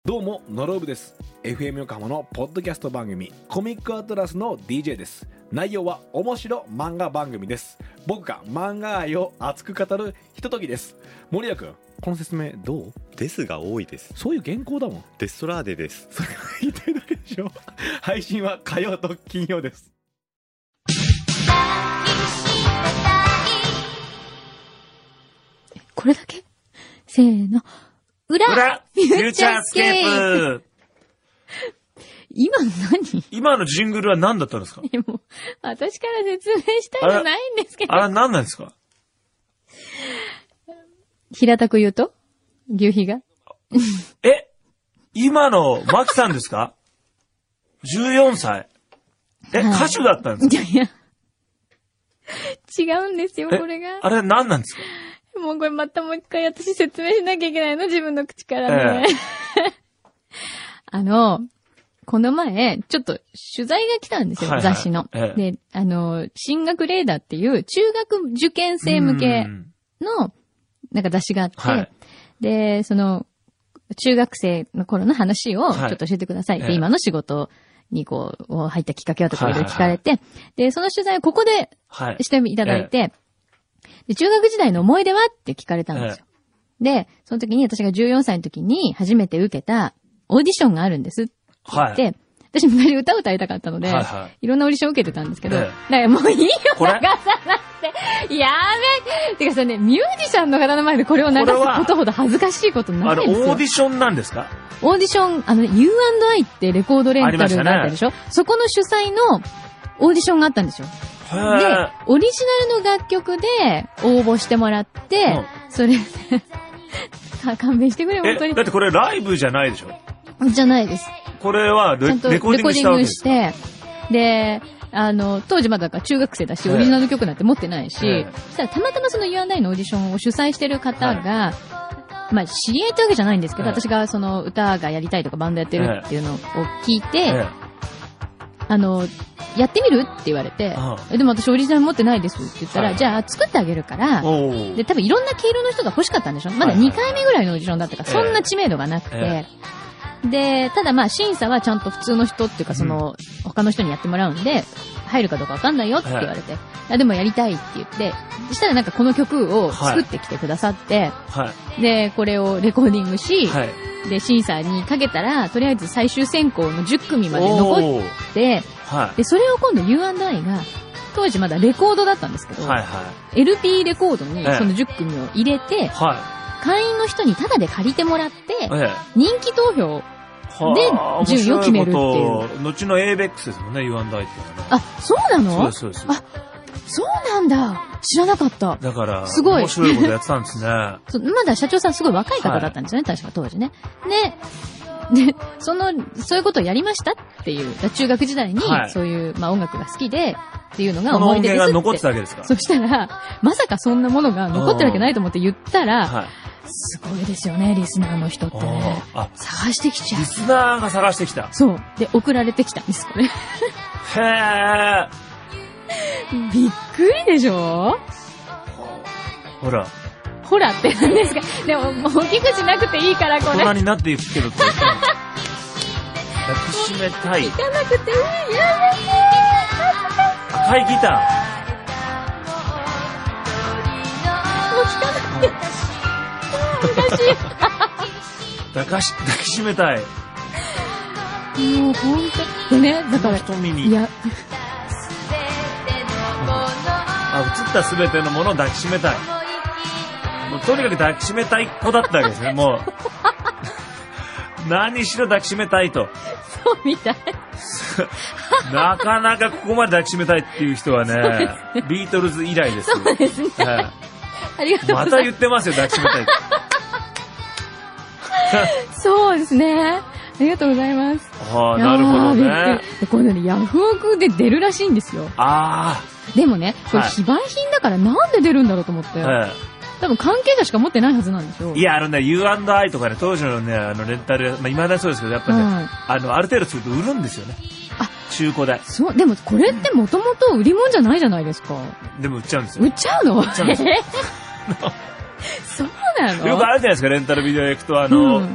どうもノロブです。 FM 横浜のポッドキャスト番組コミックアトラスの DJ です。内容は面白漫画番組です。僕が漫画愛を熱く語るひとときです。森谷君、この説明どう？ ですが多いです。 そういう原稿だもん。 デストラーデです。 それが言いたいだけでしょ。配信は火曜と金曜です。 これだけ？せーの。裏フューチャースケープ。 今の何？ 今のジングルは何だったんですか？ もう私から説明したいのないんですけど。 あれ何なんですか？ 平たく言うと牛皮が今のマキさんですか？14歳。歌手だったんですか？ いや違うんですよ、これが。 あれ何なんですか？ もうこれまたもう一回私説明しなきゃいけないの、自分の口からね。この前、ちょっと取材が来たんですよ、雑誌の。で、進学レーダーっていう中学受験生向けの、なんか雑誌があって、で、その、中学生の頃の話をちょっと教えてください。で、今の仕事にこう、入ったきっかけはとかいろいろ聞かれて、で、その取材をここでしていただいて、で、中学時代の思い出はって聞かれたんですよ。で、その時に私が14歳の時に初めて受けたオーディションがあるんですって言って、私昔歌を歌いたかったので、いろんなオーディションを受けてたんですけど、だからもういいよ、流さなくて。やめてかさね、ミュージシャンの方の前でこれを流すことほど恥ずかしいことないですよ。 オーディションなんですか？ オーディション、U&I ってレコードレンタルがあったでしょ？そこの主催のオーディションがあったんですよ。で、オリジナルの楽曲で応募してもらって、それで、勘弁してくれよ、本当に。 だってこれライブじゃないでしょ？ じゃないです。 これはレコーディングしたわけですか？ で、当時まだ中学生だし、オリジナル曲なんて持ってないし、そしたらたまたまその U&I のオーディションを主催してる方が、まあ、知り合いってわけじゃないんですけど、私がその歌がやりたいとかバンドやってるっていうのを聞いて、やってみるって言われて、でも私オリジナル持ってないですって言ったら、じゃあ作ってあげるから、で、多分いろんな毛色の人が欲しかったんでしょ？まだ2回目ぐらいのオーディションだったから、そんな知名度がなくて、で、ただまあ審査はちゃんと普通の人っていうかその、他の人にやってもらうんで、入るかどうかわかんないよって言われて、でもやりたいって言って、そしたらなんかこの曲を作ってきてくださって、で、これをレコーディングし、で、審査にかけたら、とりあえず最終選考の10組まで残って、で、それを今度 U&I が、当時まだレコードだったんですけど、LP レコードにその10組を入れて、会員の人にタダで借りてもらって、人気投票で順位を決めるっていう。 後の ABEX ですもんね、U&I っていうのはね。 あ、そうなの？ そうです。 あ、そうなんだ。知らなかった。 だから、 すごい面白いことやってたんですね。 まだ社長さんすごい若い方だったんですよね、確か当時ね。で、そういうことをやりましたっていう、中学時代にそういう、まあ音楽が好きで、っていうのが思い出ですって。 この音源が残ってたわけですか？ そしたら、まさかそんなものが残ってるわけないと思って言ったら、すごいですよね、リスナーの人ってね。探してきちゃう。 リスナーが探してきた。 そう。で、送られてきたんです、これ。 へー。 びっくりでしょ？ ほらって何ですか？でも、もう大きくしなくていいから、これ。 大人になっていくけど、抱きしめたい。 行かなくていい。やめて。 赤いギター。もう聞かなくて。 抱きしめたい。 もうほんと。でね、だから。 瞳に。 いや。 映ったすべてのものを抱きしめたい。もうとにかく抱きしめたい子だったわけですね、もう。何しろ抱きしめたいと。 そうみたい。 なかなかここまで抱きしめたいっていう人はね、ビートルズ以来です。 そうですね。ありがとうございます。 また言ってますよ、抱きしめたい。 そうですね。ありがとうございます。 なるほどね。 これね、ヤフオクで出るらしいんですよ。でもね、これ非売品だからなんで出るんだろうと思って。多分関係者しか持ってないはずなんですよ。 いや、U&I とかね、当時のね、レンタル、まあ、未だにそうですけど、やっぱね、ある程度すると売るんですよね。中古で。 そう、でもこれってもともと売り物じゃないじゃないですか。 でも売っちゃうんですよ。 売っちゃうの？そうなの？ よくあるじゃないですか、レンタルビデオ行くと、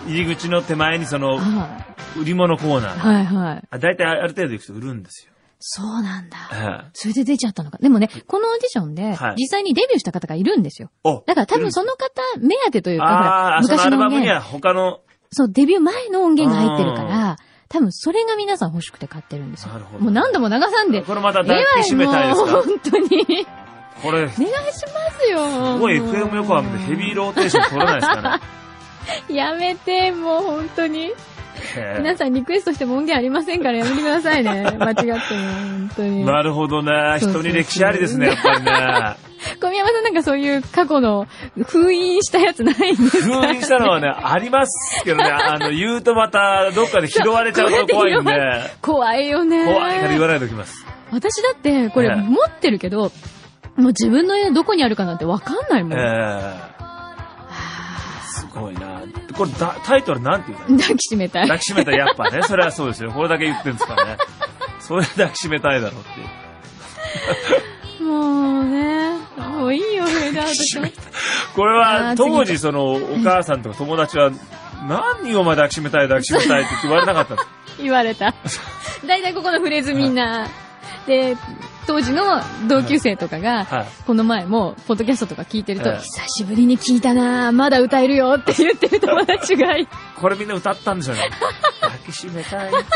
入り口の手前にその、 は売り物コーナい。 ー。 はいはい。 だいたいある程度行くと売るんですよ。 そうなんだ。 はい。 それで出ちゃったのか。でもね、このオーディションで、実際にデビューした方がいるんですよ。だから多分その方目当てというか、ほら、 昔のアルバムには他の。 そう、デビュー前の音源が入ってるから、多分それが皆さん欲しくて買ってるんですよ。なるほど。もう何度も流さんで。 これまた抱きしめたいですか？ 本当に。 これ。お願いしますよ。 すごい FM 横浜でヘビーローテーション取らないですかね。 やめて、もう本当に。皆さんリクエストしても音源ありませんからやめてくださいね。間違っても、本当に。 なるほどね。人に歴史ありですね、やっぱりね。 小宮山さんなんかそういう過去の封印したやつないんですか？ 封印したのはね、ありますけどね、言うとまたどっかで拾われちゃうと怖いんで。 怖いよね。 怖いから言わないでおきます。 私だってこれ持ってるけど、もう自分の家どこにあるかなんてわかんないもん。 すごいな。これタイトルなんて言うの？ 抱きしめたい。 抱きしめたい、やっぱね。それはそうですよ。これだけ言ってるんですからね。それ抱きしめたいだろうっていう。 もうね。もういいよ、フェードアウトして。 これは、当時その、お母さんとか友達は、何をお前抱きしめたいって言われなかったんです。 言われた。だいたいここのフレーズみんな。で、当時の同級生とかが、この前も、ポッドキャストとか聞いてると、久しぶりに聞いたなぁ、まだ歌えるよって言ってる友達がいこれみんな歌ったんでしょうね。抱きしめたい。こ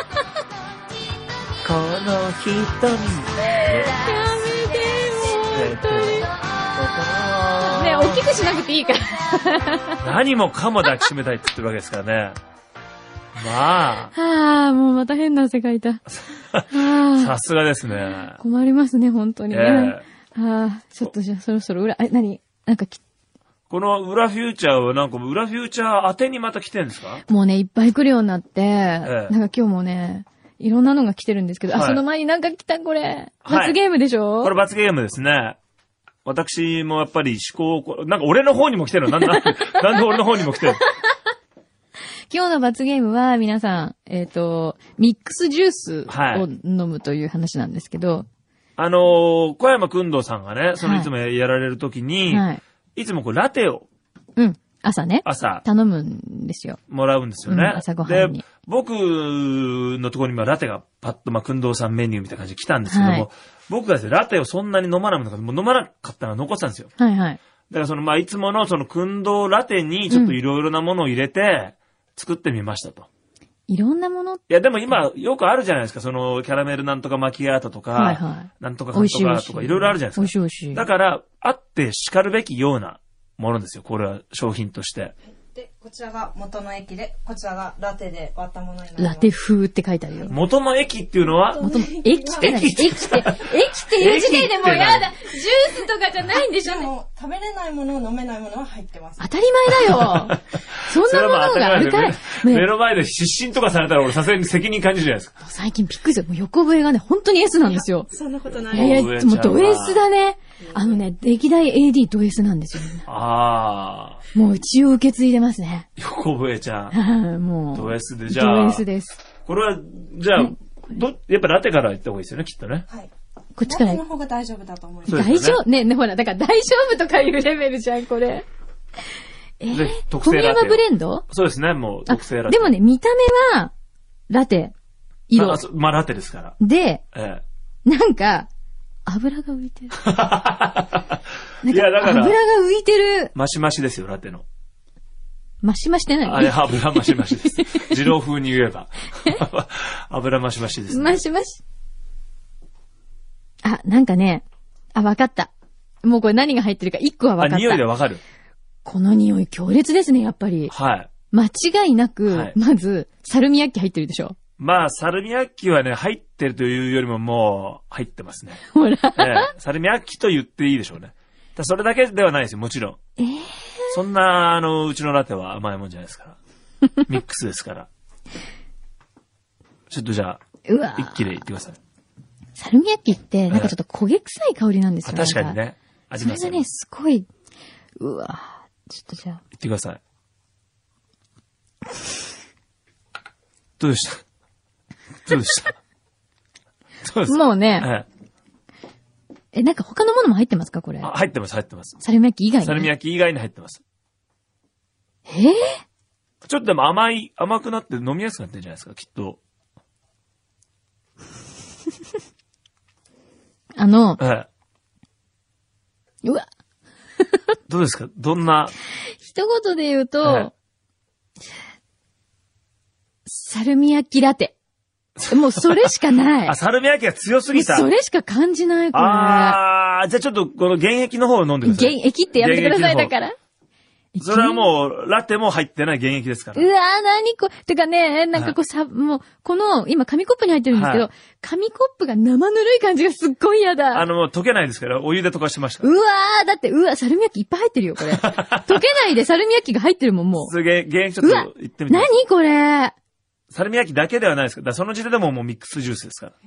の人に。やめて、もう、本当に。ね、大きくしなくていいから。 何もかも抱きしめたいって言ってるわけですからね。まあ。もうまた変な世界いた。 さすがですね。 困りますね、本当にね。ちょっとじゃあそろそろなんかこの裏フューチャーはなんか裏フューチャー当てにまた来てるんですか？ もうね、いっぱい来るようになって、なんか今日もね、いろんなのが来てるんですけど、その前になんか来たこれ。罰ゲームでしょ？ これ罰ゲームですね。私もやっぱり思考、なんか俺の方にも来てるの？なんで俺の方にも来てる今日の罰ゲームは皆さん、ミックスジュースを飲むという話なんですけど。 小山くんどうさんがね、いつもやられるときに、いつもこうラテを。 朝ね。頼むんですよ。 もらうんですよね。 朝ごはんに。 で、僕のところにはラテがパッと、くんどうさんメニューみたいな感じで来たんですけども、僕がですね、ラテをそんなに飲まないのか、もう飲まなかったのが残ってたんですよ。だからいつものくんどうラテにちょっといろいろなものを入れて、作ってみましたと。 いろんなもの？ いや、でも今、よくあるじゃないですか。キャラメルなんとかマキアートとか、なんとかかんとかとか、いろいろあるじゃないですか。 おいしいおいしい。 だから、あって叱るべきようなものですよ。これは商品として。 で、こちらが元の液で、こちらがラテで割ったものになります。 ラテ風って書いてあるよ。 元の液っていうのは液っていう時点でもうやだ。ジュースとかじゃないんでしょ？ でも、食べれないもの、飲めないものは入ってます。 当たり前だよ。そんなものがあるから。 目の前で失神とかされたら俺さすがに責任感じるじゃないですか。 最近びっくりする。もう横笛がね、本当に S なんですよ。 そんなことない。 いや、もうド S だね。歴代 AD ド S なんですよ。もう一応受け継いでますね。 横笛ちゃん。 もう。 ド S で、じゃあ。 ド S です。 これは、じゃあ、やっぱラテから行った方がいいですよね、きっとね。 はい。 こっちから。 ラテの方が大丈夫だと思います。 大丈夫ね、ほら、だから大丈夫とかいうレベルじゃん、これ。 特製ラテ。 小宮山ブレンド？ そうですね、もう特製ラテ。 でもね、見た目は、ラテ。色。 ラテですから。 で、なんか、油が浮いてる。 いや、だから。 油が浮いてる。 マシマシですよ、ラテの。 マシマシって何？ あれ、油マシマシです。二郎風に言えば。油マシマシですね。 マシマシ。なんかね、わかった。もうこれ何が入ってるか一個はわかった。 匂いでわかる。 この匂い強烈ですね、やっぱり。 はい。 間違いなく、まず、サルミヤッキ入ってるでしょ。 サルミヤッキはね、入ってるというよりももう、入ってますね。 ほら。 サルミヤッキと言っていいでしょうね。それだけではないですよ、もちろん。そんな、うちのラテは甘いもんじゃないですから。ミックスですから。ちょっとじゃあ、一気で言ってください。 サルミヤッキって、なんかちょっと焦げ臭い香りなんですよね。 確かにね。ありますね。 それがね、すごい、ちょっとじゃあ。 言ってください。どうでしたそうです。 もうね。なんか他のものも入ってますかこれ。 入ってます。 サルミヤッキ以外に。 サルミヤッキ以外に入ってます。 ちょっとでも甘くなって飲みやすくなってるんじゃないですか、きっと。 うわ。 どうですか？どんな。 一言で言うと、サルミヤッキラテ。もうそれしかない。 あ、サルミヤッキが強すぎた。 それしか感じない、これ。 じゃあちょっとこの原液の方を飲んでください。 原液ってやめてください、だから。 それはもう、ラテも入ってない原液ですから。 うわー、なにこれ。てかね、なんかこうもう、この、今紙コップに入ってるんですけど、紙コップが生ぬるい感じがすっごい嫌だ。 もう溶けないですから、お湯で溶かしてました。 うわー、だって、サルミヤッキいっぱい入ってるよ、これ。溶けないでサルミヤッキが入ってるもん、もう。 すげえ、原液ちょっと言ってみて。 なにこれ。 サルミヤッキだけではないですから、その時点でもうミックスジュースですから。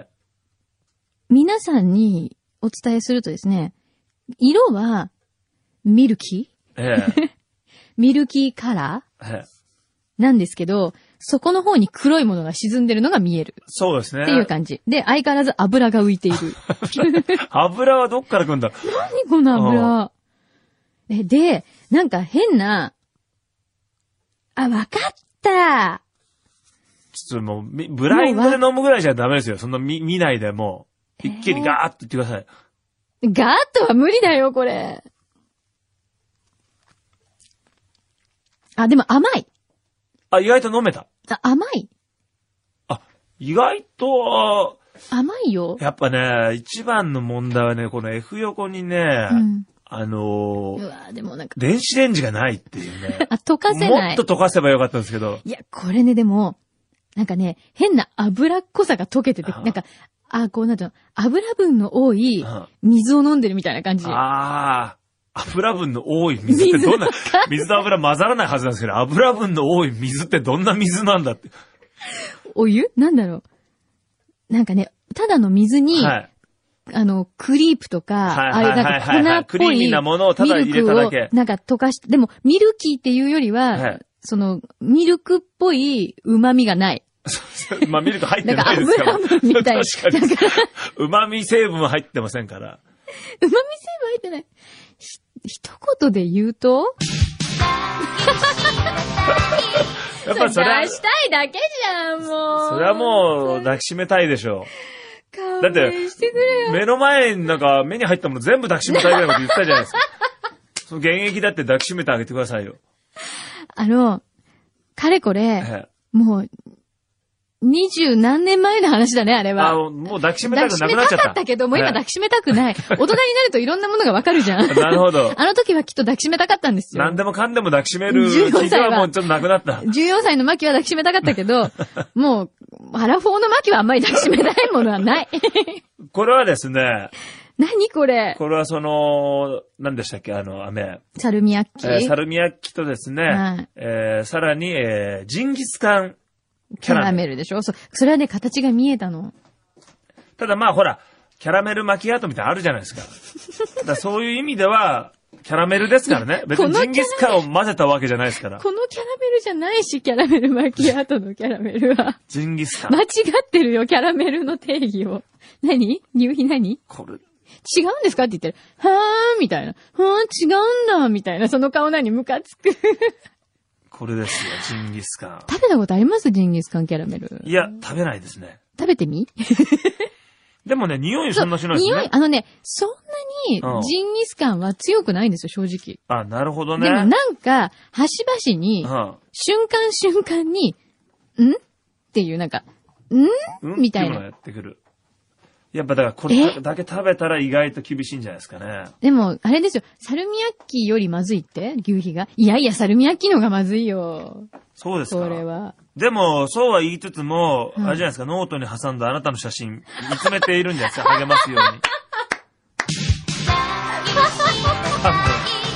皆さんにお伝えするとですね、色は、ミルキーミルキーカラーなんですけど、そこの方に黒いものが沈んでるのが見える。 そうですね。 っていう感じ。で、相変わらず油が浮いている。 油はどっから来るんだ？ 何この油。で、なんか変な、わかったちょっともう、ブラインドで飲むぐらいじゃダメですよ。そんな見ないでもう、一気にガーッと言ってください。 ガーッとは無理だよ、これ。でも甘い。 意外と飲めた。 甘い。 意外と、 甘いよ。 やっぱね、一番の問題はね、この F 横にね、 うわでもなんか。 電子レンジがないっていうね。 溶かせない。 もっと溶かせばよかったんですけど。 いや、これね、でも、なんかね、変な脂っこさが溶けてて、なんか、こうなんていうの、油分の多い水を飲んでるみたいな感じ。 油分の多い水ってどんな、水と油混ざらないはずなんですけど、油分の多い水ってどんな水なんだって。 お湯なんだろう。なんかね、ただの水に、クリープとか、なんか粉っぽいミルクをなんか溶かして、でもミルキーっていうよりは、そのミルクっぽい旨味がない。 まあミルク入ってないですから。 油分みたいな。 確かに。旨味成分入ってませんから。 旨味成分入ってない。一言で言うとやっぱそれは出したいだけじゃん、もう。 それはもう抱きしめたいでしょう。だって、目の前になんか目に入ったもの全部抱きしめたいぐらいのこと言ってたじゃないですか。その現役だって抱きしめてあげてくださいよ。 かれこれ、もう、20何年前の話だね、あれは。 もう抱きしめたくなくなっちゃった。抱きしめたかったけど、もう今抱きしめたくない。大人になるといろんなものがわかるじゃん。 なるほど。 あの時はきっと抱きしめたかったんですよ。 何でもかんでも抱きしめる気がもうちょっとなくなった。 14歳のマキは抱きしめたかったけど、もう、アラフォーのマキはあんまり抱きしめたいものはない。 これはですね、 何これ？ これは何でしたっけ飴。 サルミヤッキ。 サルミヤッキとですね、さらに、ジンギスカン。 キャラメルでしょ？それはね、形が見えたの。 ただまあほら、キャラメルマキアートみたいなのあるじゃないですか。だからそういう意味では、キャラメルですからね。別にジンギスカンを混ぜたわけじゃないですから。 このキャラメルじゃないし、キャラメルマキアートのキャラメルは。 ジンギスカン。 間違ってるよ、キャラメルの定義を。何？ これ。 違うんですかって言ってる。はーん、みたいな。はーん、違うんだ、みたいな。その顔何ムカつく。 これですよ、ジンギスカン。 食べたことあります？ジンギスカンキャラメル。 いや、食べないですね。 食べてみでもね、匂いそんなしないですね。 匂い、そんなにジンギスカンは強くないんですよ、正直。 なるほどね。 でもなんか、端々に、瞬間に、んっていう、なんか、んみたいな。 やってくる。やっぱだからこれだけ食べたら意外と厳しいんじゃないですかね。 でも、あれですよ。サルミヤッキよりまずいって牛皮が。いやいや、サルミヤッキのがまずいよ。 そうですか。 これは。 でも、そうは言いつつも、あれじゃないですか、ノートに挟んだあなたの写真、見つめているんじゃないですか、励ますように。もうこれ何回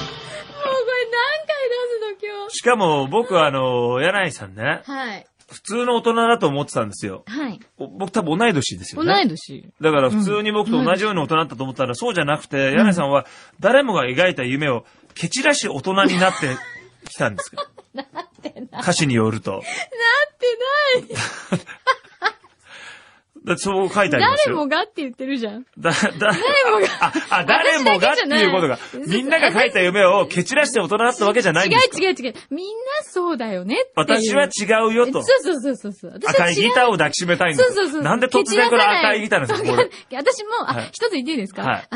出すの今日。 しかも、僕は柳井さんね。 はい。 普通の大人だと思ってたんですよ。 はい。 僕多分同い年ですよね。 同い年。 だから普通に僕と同じように大人だったと思ったら、そうじゃなくて、柳井さんは誰もが描いた夢を蹴散らし大人になってきたんですよ。 なってない。 歌詞によると。なってない。 そう書いてありますよ。 誰もがって言ってるじゃん。 誰もが。誰もがっていうことが。みんなが書いた夢を蹴散らして大人だったわけじゃないんですか。 違う。みんなそうだよねっていう。 私は違うよと。 そう。 赤いギターを抱きしめたいんだ。 そう。 なんで突然これ赤いギターなんですか、これ。 私も、一つ言っていいですか？ はい。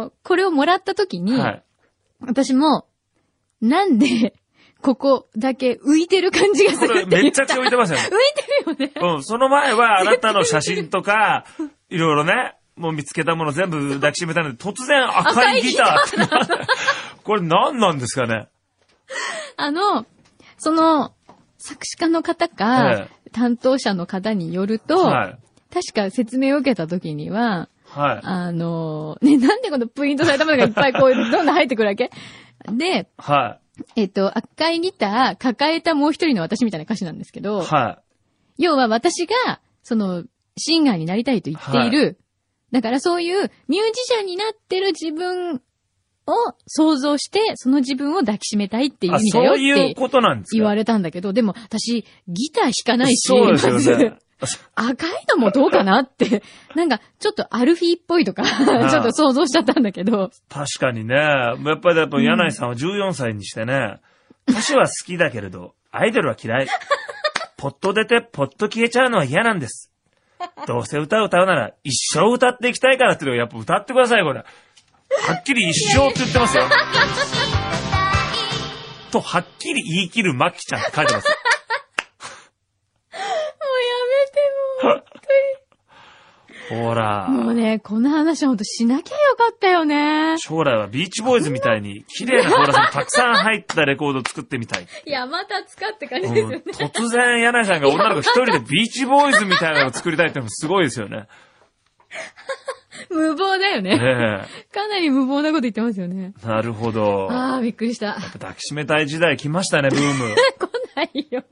これをもらった時に、私も、なんで、ここだけ浮いてる感じがするって言った。 めちゃくちゃ浮いてますよね。 浮いてるよね。 その前はあなたの写真とか、いろいろね、もう見つけたもの全部抱きしめたので、突然赤いギターって。これ何なんですかね。 その、作詞家の方か、担当者の方によると、確か説明を受けた時には、なんでこのプリントされたものがいっぱいこう、どんどん入ってくるわけで、赤いギター抱えたもう一人の私みたいな歌詞なんですけど、要は私が、シンガーになりたいと言っている、だからそういうミュージシャンになってる自分を想像して、その自分を抱きしめたいっていう意味だよってそういうことなんですか？ 言われたんだけど、でも私、ギター弾かないし、 そうですよね。 赤いのもどうかなって、なんかちょっとアルフィーっぽいとか、ちょっと想像しちゃったんだけど。 確かにね。やっぱり柳井さんは14歳にしてね、歌詞は好きだけれど、アイドルは嫌い。ポッと出て、ポッと消えちゃうのは嫌なんです。どうせ歌うなら一生歌っていきたいからっていうのをやっぱ歌ってください、これ。はっきり一生って言ってますよ。と、はっきり言い切るマッキちゃんって書いてます。 もうやめてもう。 ほら。 もうね、この話ほんとしなきゃよかったよね。 将来はビーチボーイズみたいに綺麗なコーラスにたくさん入ったレコードを作ってみたい。 いや、また使って感じですよね。 突然柳井さんが女の子一人でビーチボーイズみたいなのを作りたいってのもすごいですよね。 無謀だよね。かなり無謀なこと言ってますよね。 なるほど。 ああ、びっくりした。 やっぱ抱きしめたい時代来ましたね、ブーム。 来ないよ。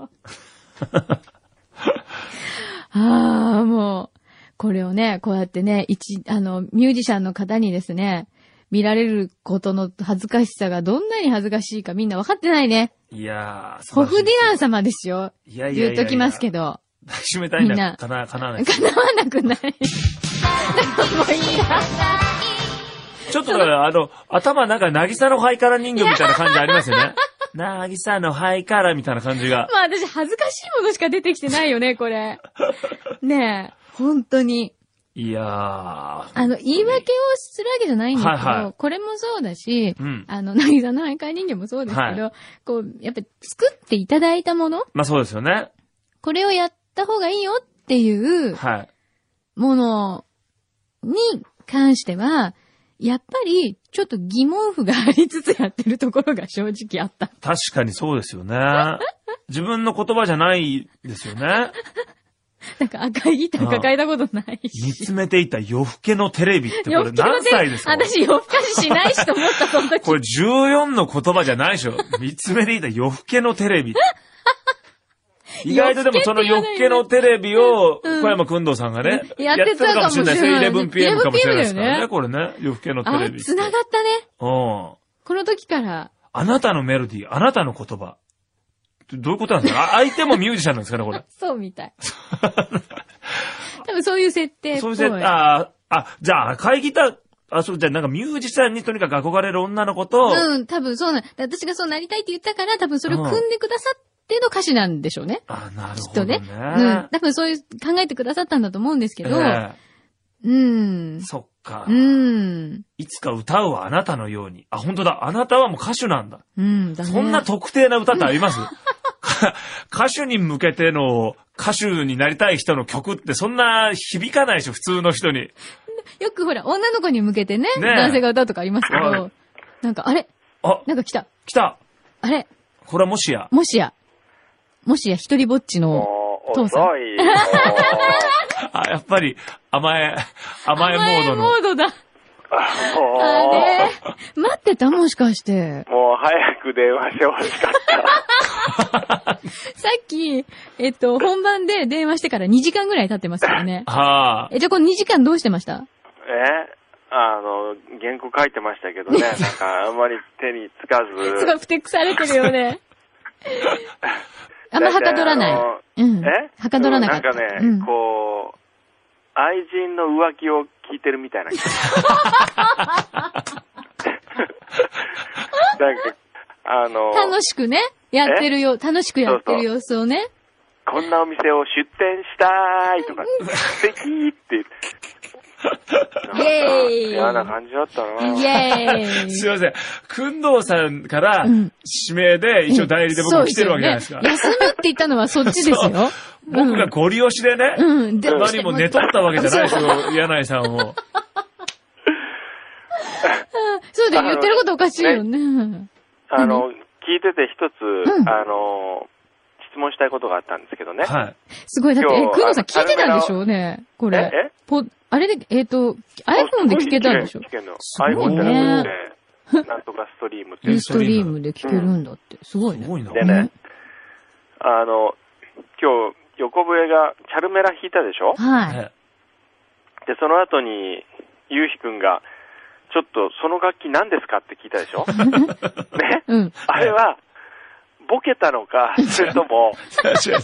ああ、もう、これをね、こうやってね、ミュージシャンの方にですね、見られることの恥ずかしさがどんなに恥ずかしいかみんな分かってないね。 いやー、 ホフディラン様ですよ。言っときますけど。 抱きしめたいんだ。叶わない。 叶わなくない。もういいや。 ちょっとだから頭なんか渚のハイカラ人形みたいな感じありますよね。渚のハイカラみたいな感じが。 まあ私恥ずかしいものしか出てきてないよね、これ。ねえ、本当に。 いやー。 言い訳をするわけじゃないんだけど、これもそうだし、渚のハイカラ人形もそうですけど、こう、やっぱり作っていただいたもの。 まあそうですよね。 これをやった方がいいよっていう、ものに関しては、やっぱり、ちょっと疑問符がありつつやってるところが正直あった。 確かにそうですよね。自分の言葉じゃないですよね。 なんか赤いギター抱えたことないし。 見つめていた夜更けのテレビってこれ何歳ですか？ 私夜更かししないしと思った、その時。 これ14の言葉じゃないでしょ。見つめていた夜更けのテレビ。意外とでもその夜更けのテレビを、小山くんどうさんがね、 やってたかもしれない。 11pm かもしれないですからね、これね。夜更けのテレビ。 繋がったね。 この時から。 あなたのメロディー、あなたの言葉。どういうことなんですか？相手もミュージシャンなんですかね、これ。 そうみたい。多分そういう設定っぽい。 そういう設定、じゃあ赤いギター、じゃあなんかミュージシャンにとにかく憧れる女の子と。 多分そう私がそうなりたいって言ったから、多分それを組んでくださっての歌詞なんでしょうね。 なるほどね。 きっとね。多分そういう考えてくださったんだと思うんですけど。 そっか。 いつか歌うはあなたのように。本当だ。あなたはもう歌手なんだ。 だね。 そんな特定な歌ってあります？歌手に向けての歌手になりたい人の曲ってそんな響かないでしょ、普通の人に。 よくほら、女の子に向けてね、男性が歌うとかありますけど、なんか、なんか来た。あれこれはもしや一人ぼっちの父さん。 やっぱり甘えモードの。 モードだ。あれ待ってたもしかして。 もう早く電話してほしかった。 さっき、本番で電話してから2時間ぐらい経ってますからね。じゃあこの2時間どうしてました？ 原稿書いてましたけどね、なんかあんまり手につかず。 すごいふてくされてるよね。あんまはかどらない。はかどらなかった。 なんかね、こう、 愛人の浮気を聞いてるみたいな。なんか、 楽しくね、やってるよ、楽しくやってる様子をね。 こんなお店を出店したいとか、素敵って言って。 イェーイ嫌な感じだったな。 イェーイすいません。くんどうさんから指名で一応代理で僕も来てるわけじゃないですか。 休むって言ったのはそっちですよ。 僕がゴリ押しでね、何も寝取ったわけじゃないですよ、柳井さんを。 そうだよ、言ってることおかしいよね。 聞いてて一つ、質問したいことがあったんですけどね。 はい。 すごい、だって、くんどうさん聞いてたんでしょうね、これ。あれで、iPhone で聞けたんでしょ？ 聞けるの。 すごい iPhone ね。 なんとかストリームって。 ストリームで聞けるんだって。すごいね。 すごいな。 でね、今日、横笛がチャルメラ弾いたでしょ？ はい。 で、その後に、ゆうひくんが、ちょっと、その楽器何ですかって聞いたでしょ？ね、 うん。 あれは、ボケたのか、それとも、 違う。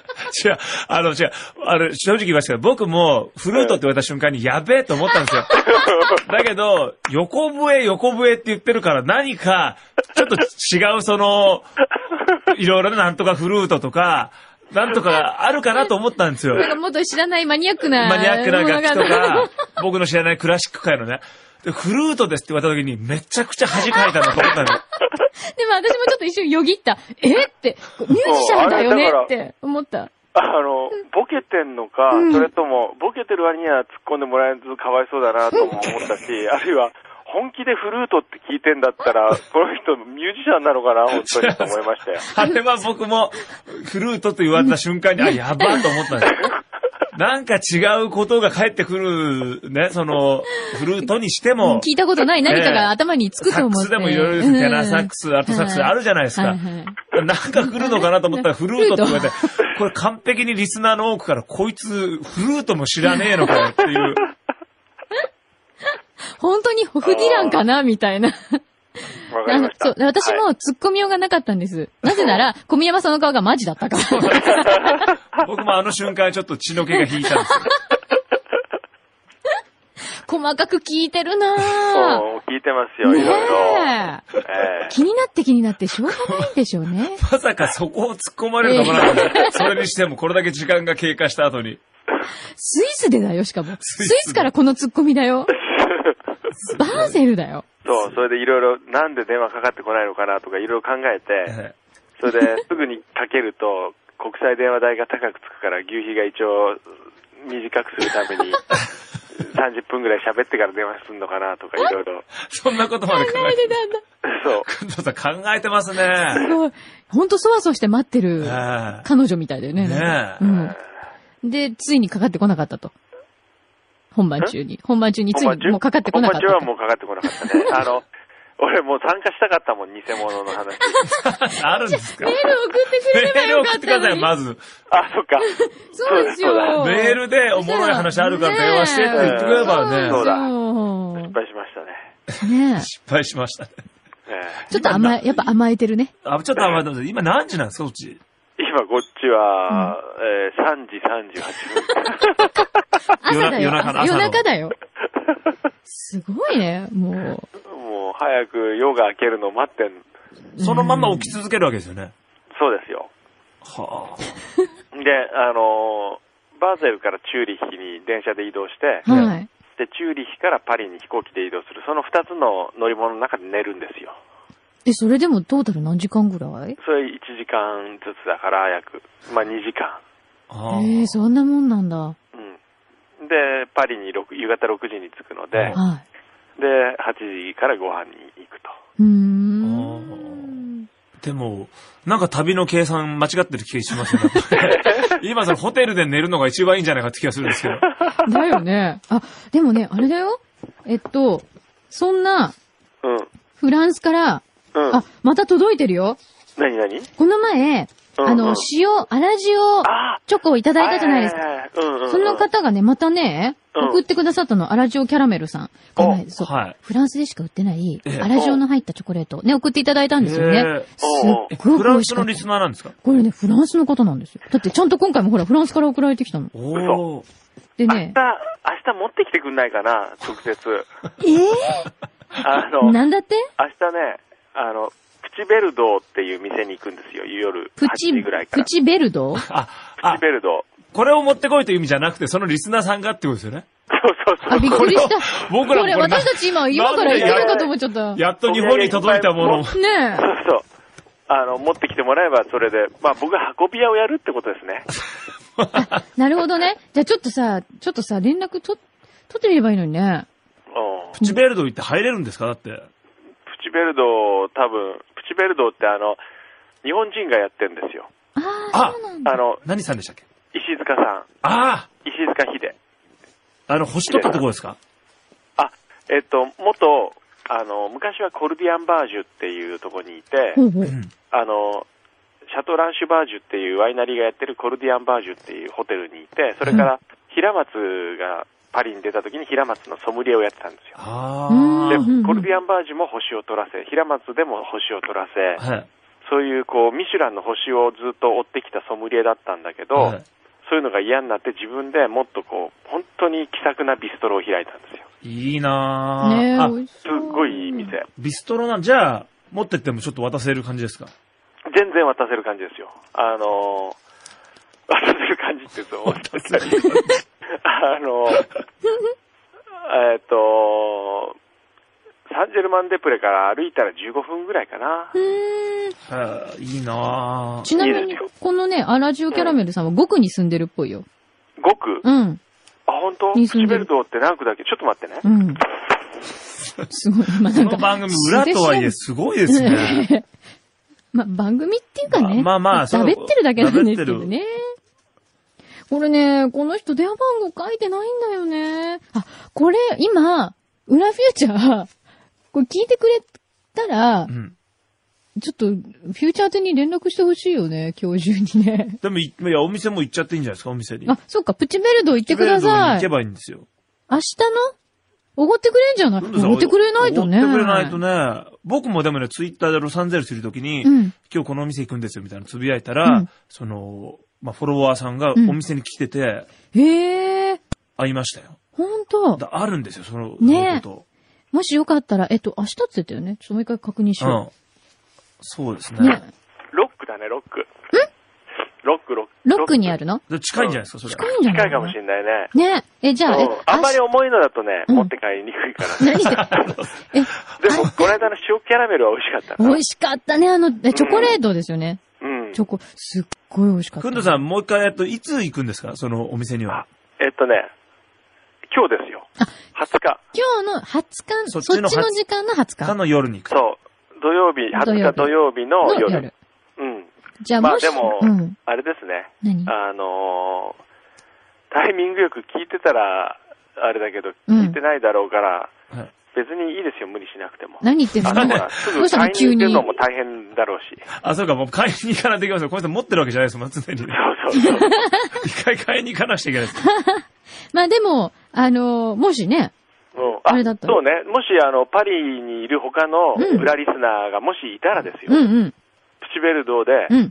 正直言いますけど、僕もフルートって言われた瞬間にやべえと思ったんですよ。だけど、横笛って言ってるから何か、ちょっと違ういろいろななんとかフルートとか、なんとかあるかなと思ったんですよ。 なんかもっと知らないマニアックな楽器とか、僕の知らないクラシック界のね。でフルートですって言われた時にめちゃくちゃ恥かいたなと思ったんですよ。 でも私もちょっと一瞬よぎった。って、ミュージシャンだよねって思った。 ボケてんのか、それとも、ボケてる割には突っ込んでもらえずかわいそうだなとも思ったし、あるいは、本気でフルートって聞いてんだったら、この人ミュージシャンなのかな、本当にと思いましたよ。 あれは僕も、フルートと言われた瞬間に、やばーと思ったんですよ。なんか違うことが返ってくる、ね、フルートにしても。 聞いたことない何かが頭につくと思って。 サックスでもいろいろテナーサックス、アルトサックスあるじゃないですか。なんか来るのかなと思ったらフルートって言われて、これ完璧にリスナーの多くからこいつフルートも知らねえのかよっていう。 本当にホフディランかなみたいな。そう、私も突っ込みようがなかったんです。なぜなら、小宮山さんの顔がマジだったから。 僕もあの瞬間ちょっと血の気が引いたんですよ。 細かく聞いてるなぁ。 そう、聞いてますよ、いろいろ。 気になってしょうがないんでしょうね。 まさかそこを突っ込まれるところなんですよ。それにしてもこれだけ時間が経過した後に。 スイスでだよ、しかも。スイスからこの突っ込みだよ。バーゼルだよ。 そう、それでいろいろ、なんで電話かかってこないのかなとかいろいろ考えて、それですぐにかけると、国際電話代が高くつくから、牛皮が一応短くするために、30分ぐらい喋ってから電話するのかなとかいろいろ。 そんなことまで考えてたんだ。 そう。 くんどうさん考えてますね。 すごい。ほんとそわそわして待ってる彼女みたいだよね。で、ついにかかってこなかったと。本番中についにもうかかってこなかった。 本番中はもうかかってこなかったね。俺もう参加したかったもん、偽物の話。 あるんですか？ メール送ってくれればよかったのに。 メール送ってください、まず。 あ、そっか。 そうですよ。 メールでおもろい話あるから電話してって言ってくれればね。 そうだ。失敗しましたね。 ねえ。 失敗しましたね。 ちょっとやっぱ甘えてるね。 ちょっと甘えてます。今何時なんですか、うち。 今こっちは、3時38分。 朝だよ。夜中だよ。 すごいね、もう早く夜が明けるのを待ってん。 そのまま起き続けるわけですよね。 そうですよ。 はあ。 で、バーゼルからチューリッヒに電車で移動して、 はい。 で、チューリッヒからパリに飛行機で移動する、その2つの乗り物の中で寝るんですよ。 それでもトータル何時間ぐらい？ それ1時間ずつだから約、2時間。 そんなもんなんだ。 うん。で、パリに夕方6時に着くので、 はい。 で、8時からご飯に行くと。 でも、なんか旅の計算間違ってる気がしますよね。今ホテルで寝るのが一番いいんじゃないかって気がするんですけど。 だよね。でもね、あれだよ。そんな、フランスから、また届いてるよ。 何この前、粗塩チョコをいただいたじゃないですか。その方がね、またね、送ってくださったの、粗塩キャラメルさん。そう、フランスでしか売ってない、粗塩の入ったチョコレート。ね、送っていただいたんですよね。すっごい美味しかった。フランスのリスナーなんですか？ これね、フランスの方なんですよ。だってちゃんと今回もほら、フランスから送られてきたの。 でね。 明日持ってきてくんないかな、直接。 なんだって明日ね、プチベルドーっていう店に行くんですよ、夜8時ぐらいから。 プチベルドー？ プチベルドー。 これを持ってこいという意味じゃなくて、そのリスナーさんがってことですよね。 そう。 びっくりした。 僕らもこれ私たち今から言ってるかと思っちゃった。 やっと日本に届いたものを。 ねえ。 そう。持ってきてもらえばそれで、まあ僕は運び屋をやるってことですね。 なるほどね。じゃあちょっとさ、連絡取ってみればいいのにね。 プチベルドー行って入れるんですかだって。 プチベルドー、多分、プチベルドーって日本人がやってるんですよ。 そうなんだ。 何さんでしたっけ？ 石塚さん。石塚秀。 星取ったところですか？ 元、昔はコルディアンバージュっていうところにいて、シャトランシュバージュっていうワイナリーがやってるコルディアンバージュっていうホテルにいて、それから平松がパリに出た時に平松のソムリエをやってたんですよ。で、コルディアンバージュも星を取らせ、平松でも星を取らせ、そういうミシュランの星をずっと追ってきたソムリエだったんだけど、そういうのが嫌になって自分でもっと本当に気さくなビストロを開いたんですよ。 いいなぁ。すっごいいい店。 ビストロじゃあ、持ってってもちょっと渡せる感じですか？ 全然渡せる感じですよ。渡せる感じって言うと、渡せる感じ。サンジェルマンデプレから歩いたら15分ぐらいかな。 いいなぁ。 ちなみに、このね、アラジオキャラメルさんは5区に住んでるっぽいよ。 5区？ うん。 本当？プチベルドーって何区だっけ？ちょっと待ってね。 うん。すごい。 この番組裏とはいえすごいですね。 番組っていうかね。 だべってるだけなんですけどね。これね、この人電話番号書いてないんだよね。これ、今、裏フューチャー、これ聞いてくれたら、ちょっと、フューチャー宛に連絡してほしいよね、今日中にね。 でも、お店も行っちゃっていいんじゃないですか、お店に。 そうか、プチベルドー行ってください。 プチベルドーに行けばいいんですよ。 明日のおごってくれんじゃない？おごってくれないとね。 おごってくれないとね。僕もでもね、ツイッターでロサンゼルスいるときに、今日このお店行くんですよ、みたいなつぶやいたら、フォロワーさんがお店に来てて、会いましたよ。 ほんと？ あるんですよ、そのこと。 ね。もしよかったら、明日って言ったよね。ちょっともう一回確認しよう。 そうですね。 ロックだね、ロック。ロックにあるの？ 近いんじゃないですか、それ。 近いかもしれないね。 ね。じゃあ、 あんまり重いのだとね、持って帰りにくいからね。でも、この間の塩キャラメルは美味しかったな。 美味しかったね、チョコレートですよね。チョコ、すっごい美味しかった。 くんどさん、もう一回いつ行くんですか、そのお店には。 今日ですよ。20日。 今日の20日、そっちの時間の20日。 の夜に行く。 そう。土曜日、20日土曜日の夜。 じゃあもし、 でも、あれですね。タイミングよく聞いてたら、あれだけど、聞いてないだろうから、別にいいですよ、無理しなくても。 何言ってんの？ すぐ買いに行ってるのも大変だろうし。 そうか、もう買いに行かないといけません。この人持ってるわけじゃないですもん、常に。そう。一回買いに行かなくちゃいけないです。 でも、もしね、あれだったら。 そうね、もしパリにいる他の裏リスナーがもしいたらですよ。プチベルドーで、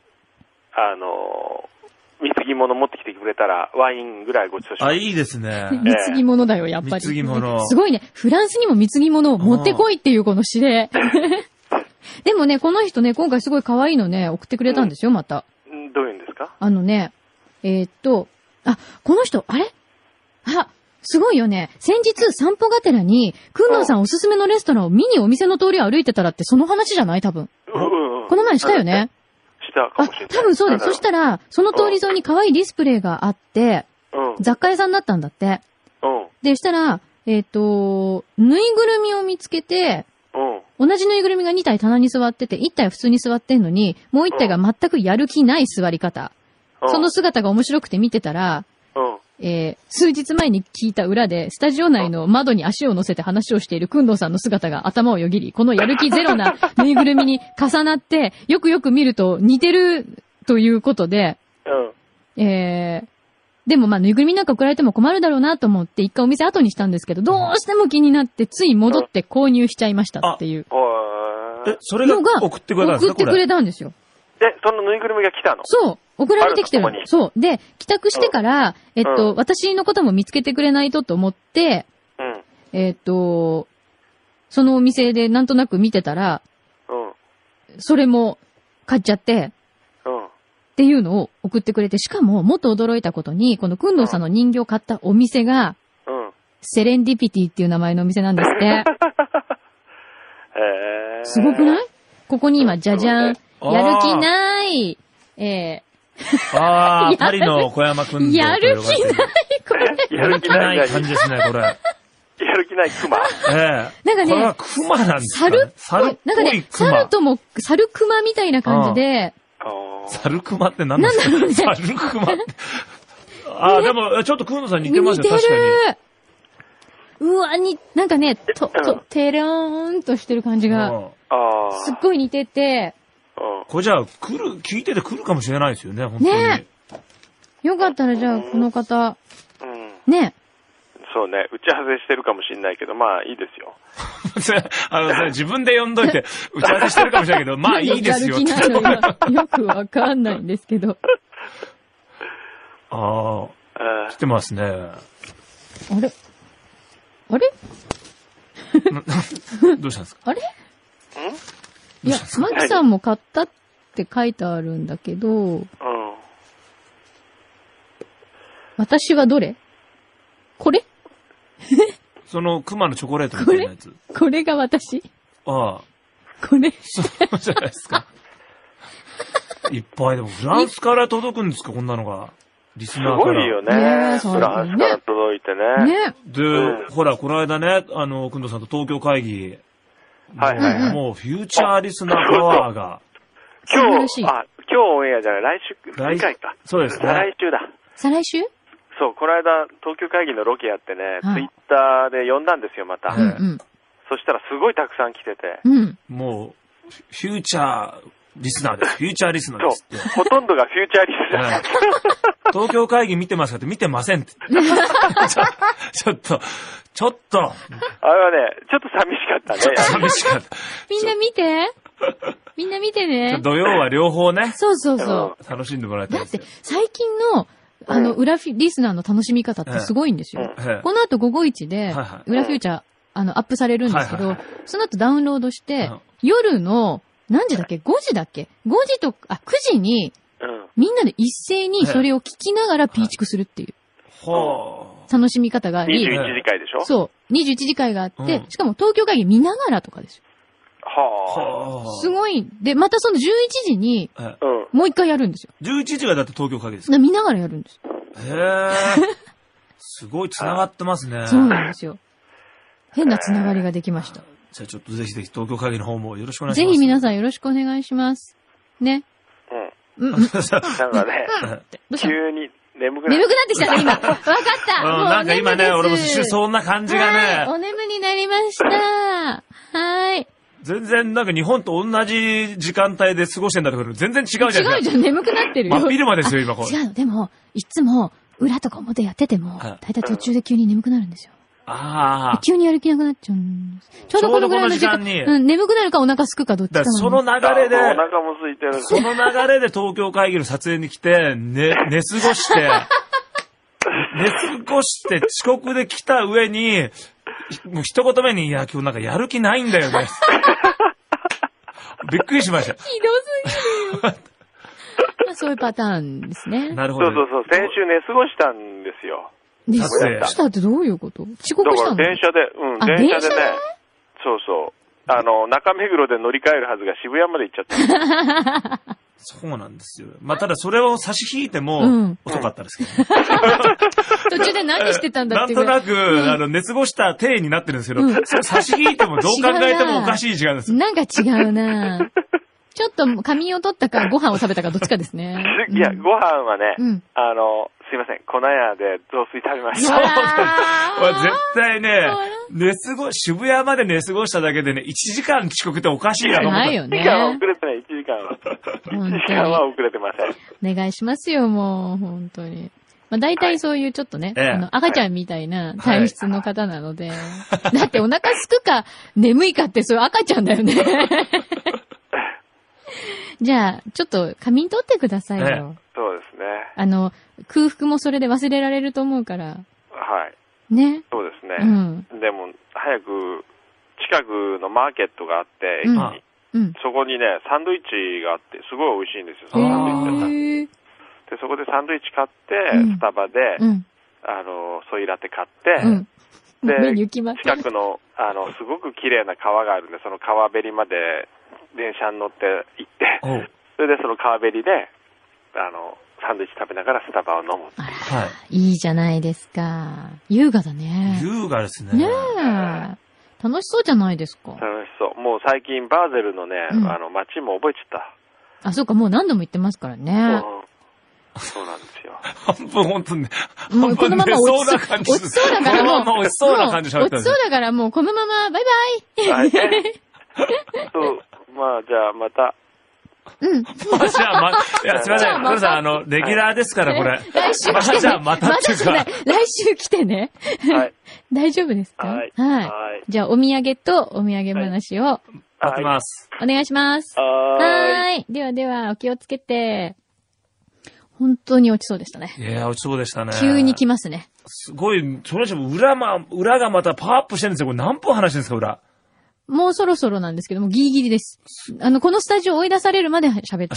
貢ぎ物持ってきてくれたら、ワインぐらいごちそうします。 いいですね。 貢ぎ物だよ、やっぱり。 貢ぎ物。 すごいね。フランスにも貢ぎ物を持ってこいっていうこの指令。でもね、この人ね、今回すごい可愛いのね、送ってくれたんですよ、また。 どういうんですか？ この人、あれ？すごいよね。先日散歩がてらに、くんのさんおすすめのレストランを見にお店の通りを歩いてたらってその話じゃない？多分。この前したよね。 したかもしれない。 多分そうです。そしたら、その通り沿いに可愛いディスプレイがあって、雑貨屋さんだったんだって。で、したら、ぬいぐるみを見つけて、同じぬいぐるみが2体棚に座ってて、1体は普通に座ってんのに、もう1体が全くやる気ない座り方。その姿が面白くて見てたら、数日前に聞いた裏で、スタジオ内の窓に足を乗せて話をしているくんどうさんの姿が頭をよぎり、このやる気ゼロなぬいぐるみに重なって、よくよく見ると似てるということで、でもぬいぐるみなんか送られても困るだろうなと思って一回お店後にしたんですけど、どうしても気になってつい戻って購入しちゃいましたっていう。 それが送ってくれたんですか？ 送ってくれたんですよ。 そのぬいぐるみが来たの？ そう。送られてきてる。そう。で、帰宅してから、私のことも見つけてくれないとと思って、そのお店でなんとなく見てたら、それも買っちゃって、っていうのを送ってくれて、しかももっと驚いたことに、このくんどうさんの人形を買ったお店が、セレンディピティっていう名前のお店なんですって。すごくない？ここに今、じゃじゃん。やる気ない。 パリの小山くん。 やる気ない、これ。 やる気ない感じですね、これ。 やる気ないクマ。 なんかね、 これはクマなんですかね。 なんかね、猿とも、猿クマみたいな感じで。 猿クマって何ですか？ね、猿クマって。でも、ちょっとくんどさん似てますよ、確かに。 うわ、なんかね、てれーんとしてる感じが、すっごい似てて。 これじゃあ、聞いてて来るかもしれないですよね、本当に。ね。 よかったらじゃあ、この方。ね。 そうね、打ち合わせしてるかもしれないけど、まあいいですよ。 自分で呼んどいて、打ち合わせしてるかもしれないけど、まあいいですよ。 やる気ないのよ。よくわかんないんですけど。 来てますね。 あれどうしたんですか？ あれ？いや、マキさんも買ったって書いてあるんだけど、私はどれ？これ？ そのクマのチョコレートみたいなやつ。 これが私。 これ。 そうじゃないですか。いっぱいでもフランスから届くんですか、こんなのが。リスナーから。 すごいよね。フランスから届いてね。 で、ほら、この間ね、くんどさんと東京会議。もう、フューチャーリスナーパワーが。 今日オンエアじゃない、来回か。 そうですね。 再来週だ。 再来週？ そう、この間、東京会議のロケやってね、ツイッターで呼んだんですよ、また。そしたらすごいたくさん来てて。 もう、フューチャーリスナーです。フューチャーリスナーですって。 ほとんどがフューチャーリスナー。 東京会議見てますかって見てませんって。ちょっと。あれはね、ちょっと寂しかったね。 寂しかった。 みんな見てね。 土曜は両方ね。 そう。 楽しんでもらいたい。 だって、最近の、裏リスナーの楽しみ方ってすごいんですよ。この後午後1で、裏フューチャー、アップされるんですけど、その後ダウンロードして、夜の、何時だっけ ?5 時だっけ ?5 時とか、9時に、みんなで一斉にそれを聞きながらピーチクするっていう。楽しみ方があり。 21時会でしょ？ そう。21時会があって、しかも東京会議見ながらとかですよ。すごい。で、またその11時に、もう一回やるんですよ。 11時がだって東京会議ですか？ 見ながらやるんですよ。 すごい繋がってますね。 そうなんですよ。変な繋がりができました。 じゃあちょっとぜひ東京会議の方もよろしくお願いします。 ぜひ皆さんよろしくお願いします。ね。 なんかね、急に眠くなってきたね、今。わかった。 なんか今ね、俺も一瞬そんな感じがね。 お眠になりました。はい。 全然なんか日本と同じ時間帯で過ごしてんだけど、全然違うじゃん。 違うじゃん、眠くなってるよ。 真っ昼間ですよ、今これ。 違う、でも、いつも、裏とか表やってても、だいたい途中で急に眠くなるんですよ。急にやる気なくなっちゃうんです。ちょうどこのぐらいの時間に。眠くなるかお腹すくかどっちか。 その流れで、 お腹も空いてる。 その流れで東京会議の撮影に来て、寝過ごして、遅刻で来た上に、もう一言目に、いや、今日なんかやる気ないんだよね。びっくりしました。 ひどすぎるよ。そういうパターンですね。 なるほど。 そう。先週寝過ごしたんですよ。 寝過ごしたってどういうこと？遅刻したの？ だから電車でね。そう。中目黒で乗り換えるはずが渋谷まで行っちゃった。 そうなんですよ。まあ、ただそれを差し引いても、遅かったですけど、ね。 途中で何してたんだっていう。 なんとなく、寝過ごした体になってるんですけど、差し引いてもどう考えてもおかしい時間ですよ。 なんか違うなちょっと仮眠を取ったかご飯を食べたかどっちかですね。 いや、ご飯はね、すいません、粉屋で雑炊食べました。 絶対ね、渋谷まで寝過ごしただけでね、1時間遅刻っておかしいなと思った。 ないよね。 1時間は遅れてない、1時間は。1時間は遅れてません。 お願いしますよ、もう、本当に。まあ、大体そういうちょっとね、赤ちゃんみたいな体質の方なので、だってお腹すくか眠いかってそういう赤ちゃんだよね。 じゃあ、ちょっと仮眠取ってくださいよ。 そうですね。 空腹もそれで忘れられると思うから。 はい。 ね。 そうですね。でも、早く、近くのマーケットがあって、駅に。そこにね、サンドイッチがあって、すごい美味しいんですよ、そのサンドイッチで。で、そこでサンドイッチ買って、スタバで、ソイラテ買って、で、近くの、すごく綺麗な川があるんで、その川べりまで電車に乗って行って、それでその川べりで、サンドイッチ食べながらスタバを飲む。 いいじゃないですか。優雅だね。 優雅ですね。 ねえ。楽しそうじゃないですか。 楽しそう。もう最近バーゼルのね、街も覚えちゃった。 あ、そうか、もう何度も行ってますからね。 そうなんですよ。 半分本当に、 もうこのまま落ちそうだからもう、 落ちそうな感じしましたね。 落ちそうだからもうこのまま、バイバイ。 そう、まあじゃあまた。 じゃあいや、すいません。皆さん、レギュラーですから、これ。 来週来てね。 じゃあまたっていうか。 来週来てね。はい。大丈夫ですか？はい。じゃあ、お土産とお土産話を。 待ってます。 お願いします。はい。では、お気をつけて。本当に落ちそうでしたね。 いや、落ちそうでしたね。 急に来ますね。 すごい、それ以上裏がまたパワーアップしてるんですよ。これ何分話してるんですか、裏。 もうそろそろなんですけども、ギリギリです。このスタジオ追い出されるまで喋ってるんです。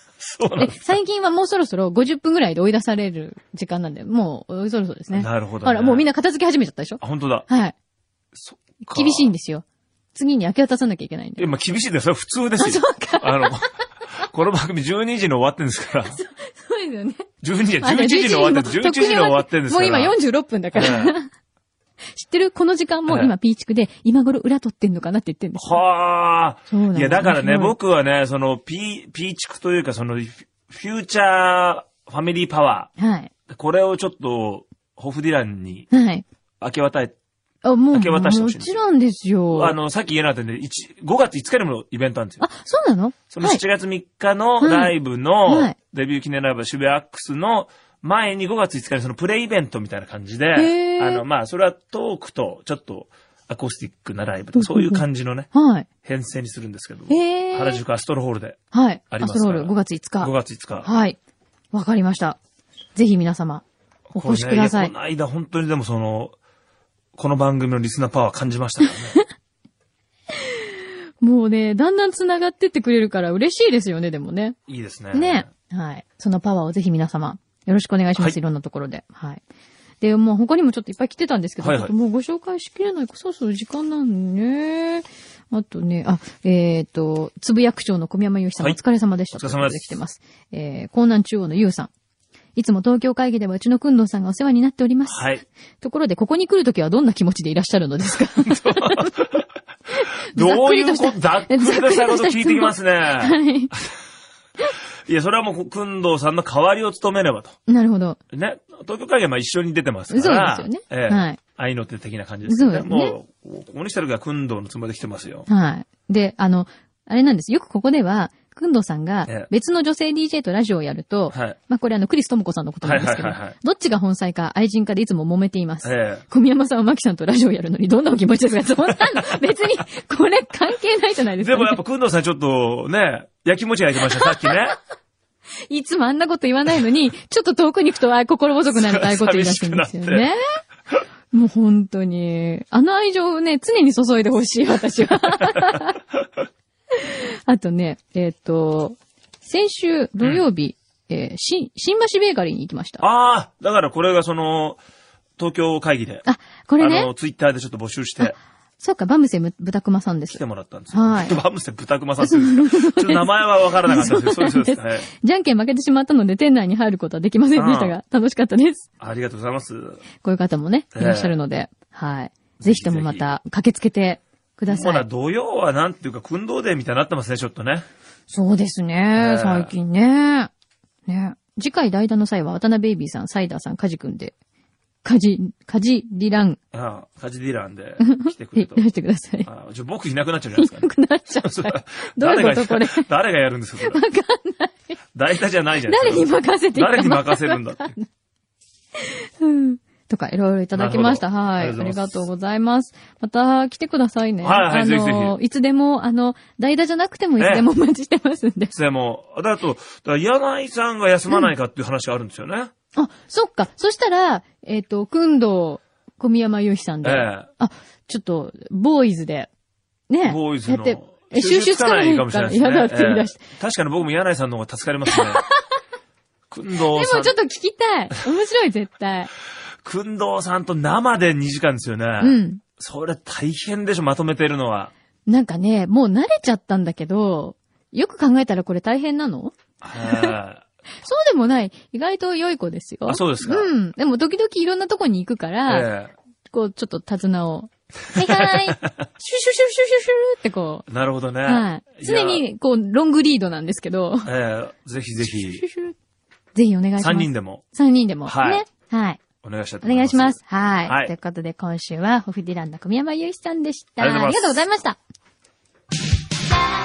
そうなんです。 最近はもうそろそろ50分ぐらいで追い出される時間なんで、もうそろそろですね。 なるほど、ね。 ほら、もうみんな片付け始めちゃったでしょ？ 本当だ。 はい。厳しいんですよ。次に明け渡さなきゃいけないんで。 まあ厳しいです。それは普通ですよ。 そうか。 この番組12時に終わってるんですから。 そうですよね。 11時に終わってる。11時に終わってるんですから。 もう今46分だから。知ってる？この時間も今ピーチクで今頃裏取ってんのかなって言ってんですよ。 はあ。そうなんです。いや、だからね、僕はね、そのピーチクというか、そのフューチャーファミリーパワー。はい。これをちょっと、ホフディランに、はい。明け渡してほしいんですよ。 もちろんですよ。 さっき言えなかったんで、5月5日にもイベントなんですよ。 あ、そうなの？ その7月3日のライブの、デビュー記念ライブ渋谷アックスの前に5月5日にそのプレイイベントみたいな感じで、まあ、それはトークとちょっとアコースティックなライブとかそういう感じのね、はい。編成にするんですけど、原宿アストロホールで。はい。ありますから。アストロホール5月5日。5月5日。はい。わかりました。ぜひ皆様、お越しください。 この間本当にでもこの番組のリスナーパワー感じましたからね。 もうね、だんだん繋がってってくれるから嬉しいですよね、でもね。 いいですね。 ね。はい。そのパワーをぜひ皆様、よろしくお願いします。はい、いろんなところで。はい。で、もう他にもちょっといっぱい来てたんですけど、もうご紹介しきれないか、そうそう時間なんね。あとね、つぶやく町の小宮山雄飛さん、お疲れ様でした。 お疲れ様です。 来てます。江南中央のゆうさん。いつも東京会議ではうちのくんどうさんがお世話になっております。はい。ところで、ここに来るときはどんな気持ちでいらっしゃるのですか？ どういうこと、ざっくりとしたこと聞いてきますね。はい。いや、それはもう、くんどうさんの代わりを務めればと。 なるほど。 ね。東京会議は一緒に出てますから。 そうですよね。はい。 愛の手的な感じですね。そうですね。もう、ここにしてるがくんどうのつもりで来てますよ。 はい。で、あれなんです。よくここでは、くんどうさんが別の女性 DJ とラジオをやると、まあこれクリスともこさんのことなんですけど、どっちが本妻か愛人かでいつも揉めています。小宮山さんはマキさんとラジオをやるのにどんなお気持ちですか？そんなの別にこれ関係ないじゃないですか、ね。 でもやっぱくんどうさんちょっとね、やきもち焼いてました、さっきね。 いつもあんなこと言わないのに、ちょっと遠くに行くと心細くなるとああいうこと言い出すんですよね。もう本当に、愛情をね、常に注いでほしい、私は。あとね、先週土曜日、新橋ベーカリーに行きました。 ああ、だからこれが東京会議で。 あ、これね。 ツイッターでちょっと募集して。 そうか、バムセ豚熊さんです。 来てもらったんですよ。はい。バムセ豚熊さんって。ちょっと名前はわからなかったですけど、そうです。はい。 じゃんけん負けてしまったので店内に入ることはできませんでしたが、楽しかったです。 ありがとうございます。 こういう方もね、いらっしゃるので、はい。ぜひともまた駆けつけてください。 ほら、土曜はなんていうか、訓導デーみたいになってますね、ちょっとね。 そうですね、最近ね。ね。次回代打の際は、渡辺ベイビーさん、サイダーさん、カジ君で、カジディラン。 ああ、カジディランで来てくれと。 いらしてください。 ああ、僕いなくなっちゃうじゃないですか、 ね。いなくなっちゃう。どういうことこれ。 誰がやるんですか、これ。 わかんない。 代打じゃないじゃないですか。 誰に任せていいか誰に任せるんだって。 うん。 とかいろいろいただきました。はい。ありがとうございます。また来てくださいね。 はい、ぜひぜひ。 いつでも、代打じゃなくてもいつでもお待ちしてますんで。 でも、柳井さんが休まないかっていう話があるんですよね。 あ、そっか。そしたら、くんどう、小宮山雄飛さんで。ちょっと、ボーイズで。ね。 ボーイズの。 収集つかないかもしれないですね。嫌だって言い出して。 確かに僕も柳井さんの方が助かりますね。くんどうさん。 でもちょっと聞きたい。面白い、絶対。 くんどうさんと生で2時間ですよね。 うん。 それ大変でしょ、まとめてるのは。 なんかね、もう慣れちゃったんだけど、よく考えたらこれ大変なの？そうでもない。意外と良い子ですよ。 あ、そうですか。 うん。でも時々いろんなとこに行くから、こう、ちょっと手綱を、はいはい、シュシュシュシュシュシュってこう。 なるほどね。 はい。常に、こう、ロングリードなんですけど。 ぜひぜひ。 ぜひお願いします。 3人でも。 3人でも。 はい。 ね。はい。 お願いしたいと思います。 お願いします。はい。ということで今週はホフディランの小宮山雄飛さんでした。ありがとうございました。